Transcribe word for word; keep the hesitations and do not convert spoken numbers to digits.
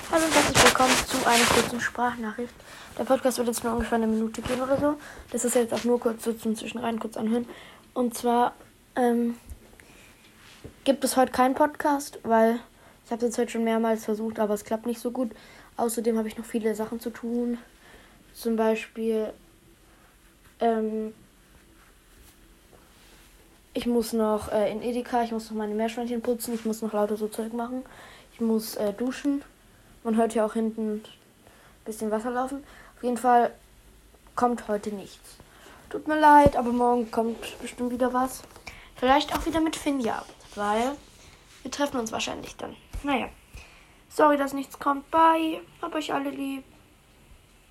Hallo und herzlich willkommen zu einer kurzen Sprachnachricht. Der Podcast wird jetzt nur ungefähr eine Minute gehen oder so. Das ist jetzt auch nur kurz so zum Zwischenrein kurz anhören. Und zwar ähm, gibt es heute keinen Podcast, weil ich habe es jetzt heute schon mehrmals versucht, aber es klappt nicht so gut. Außerdem habe ich noch viele Sachen zu tun. Zum Beispiel ähm, ich muss noch äh, in Edeka, ich muss noch meine Meerschweinchen putzen, ich muss noch lauter so Zeug machen. Ich muss äh, duschen. Man hört ja auch hinten ein bisschen Wasser laufen. Auf jeden Fall kommt heute nichts. Tut mir leid, aber morgen kommt bestimmt wieder was. Vielleicht auch wieder mit Finja, weil wir treffen uns wahrscheinlich dann. Naja, sorry, dass nichts kommt. Bye, hab euch alle lieb.